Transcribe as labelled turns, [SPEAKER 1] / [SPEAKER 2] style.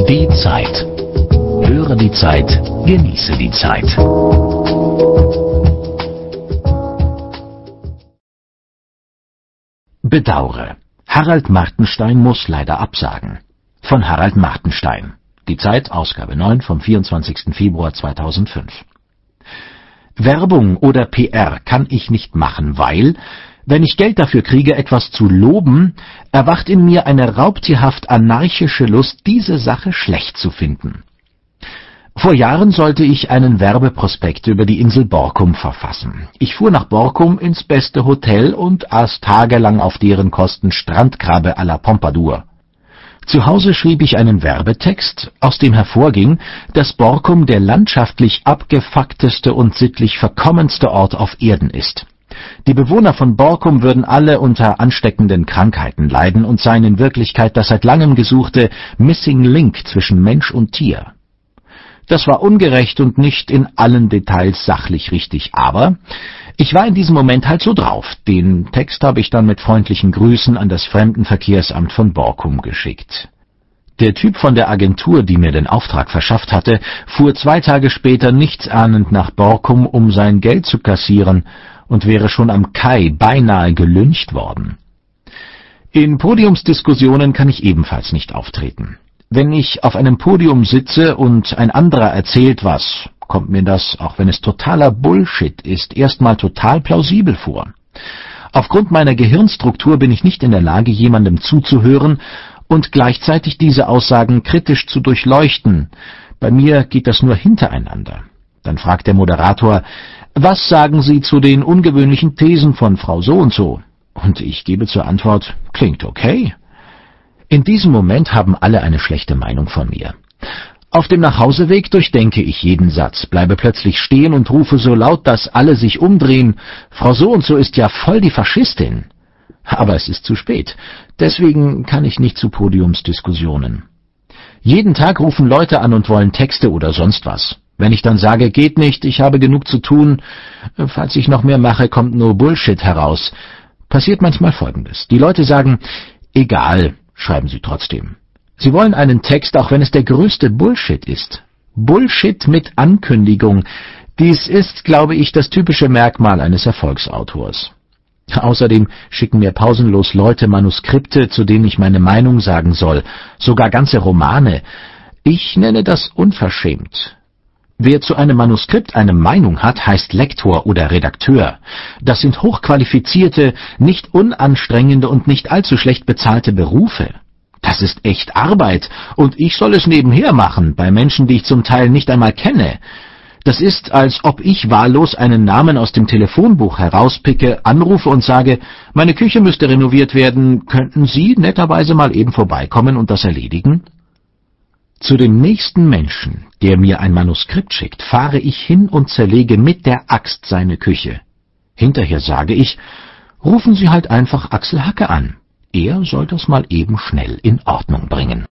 [SPEAKER 1] Die Zeit. Höre die Zeit, genieße die Zeit. Bedaure. Harald Martenstein muss leider absagen. Von Harald Martenstein. Die Zeit, Ausgabe 9 vom 24. Februar 2005. Werbung oder PR kann ich nicht machen, weil, wenn ich Geld dafür kriege, etwas zu loben, erwacht in mir eine raubtierhaft anarchische Lust, diese Sache schlecht zu finden. Vor Jahren sollte ich einen Werbeprospekt über die Insel Borkum verfassen. Ich fuhr nach Borkum ins beste Hotel und aß tagelang auf deren Kosten Strandkrabbe à la Pompadour. Zu Hause schrieb ich einen Werbetext, aus dem hervorging, dass Borkum der landschaftlich abgefuckteste und sittlich verkommenste Ort auf Erden ist. Die Bewohner von Borkum würden alle unter ansteckenden Krankheiten leiden und seien in Wirklichkeit das seit langem gesuchte Missing Link zwischen Mensch und Tier. Das war ungerecht und nicht in allen Details sachlich richtig, aber ich war in diesem Moment halt so drauf. Den Text habe ich dann mit freundlichen Grüßen an das Fremdenverkehrsamt von Borkum geschickt. Der Typ von der Agentur, die mir den Auftrag verschafft hatte, fuhr 2 Tage später nichtsahnend nach Borkum, um sein Geld zu kassieren, und wäre schon am Kai beinahe gelyncht worden. In Podiumsdiskussionen kann ich ebenfalls nicht auftreten. Wenn ich auf einem Podium sitze und ein anderer erzählt was, kommt mir das, auch wenn es totaler Bullshit ist, erstmal total plausibel vor. Aufgrund meiner Gehirnstruktur bin ich nicht in der Lage, jemandem zuzuhören und gleichzeitig diese Aussagen kritisch zu durchleuchten. Bei mir geht das nur hintereinander. Dann fragt der Moderator, was sagen Sie zu den ungewöhnlichen Thesen von Frau so und so? Und ich gebe zur Antwort, klingt okay. In diesem Moment haben alle eine schlechte Meinung von mir. Auf dem Nachhauseweg durchdenke ich jeden Satz, bleibe plötzlich stehen und rufe so laut, dass alle sich umdrehen, Frau so und so ist ja voll die Faschistin. Aber es ist zu spät, deswegen kann ich nicht zu Podiumsdiskussionen. Jeden Tag rufen Leute an und wollen Texte oder sonst was. Wenn ich dann sage, geht nicht, ich habe genug zu tun, falls ich noch mehr mache, kommt nur Bullshit heraus, passiert manchmal Folgendes. Die Leute sagen, egal, schreiben sie trotzdem. Sie wollen einen Text, auch wenn es der größte Bullshit ist. Bullshit mit Ankündigung. Dies ist, glaube ich, das typische Merkmal eines Erfolgsautors. Außerdem schicken mir pausenlos Leute Manuskripte, zu denen ich meine Meinung sagen soll, sogar ganze Romane. Ich nenne das unverschämt. Wer zu einem Manuskript eine Meinung hat, heißt Lektor oder Redakteur. Das sind hochqualifizierte, nicht unanstrengende und nicht allzu schlecht bezahlte Berufe. Das ist echt Arbeit, und ich soll es nebenher machen, bei Menschen, die ich zum Teil nicht einmal kenne. Das ist, als ob ich wahllos einen Namen aus dem Telefonbuch herauspicke, anrufe und sage, meine Küche müsste renoviert werden, könnten Sie netterweise mal eben vorbeikommen und das erledigen? Zu dem nächsten Menschen, der mir ein Manuskript schickt, fahre ich hin und zerlege mit der Axt seine Küche. Hinterher sage ich, rufen Sie halt einfach Axel Hacke an. Er soll das mal eben schnell in Ordnung bringen.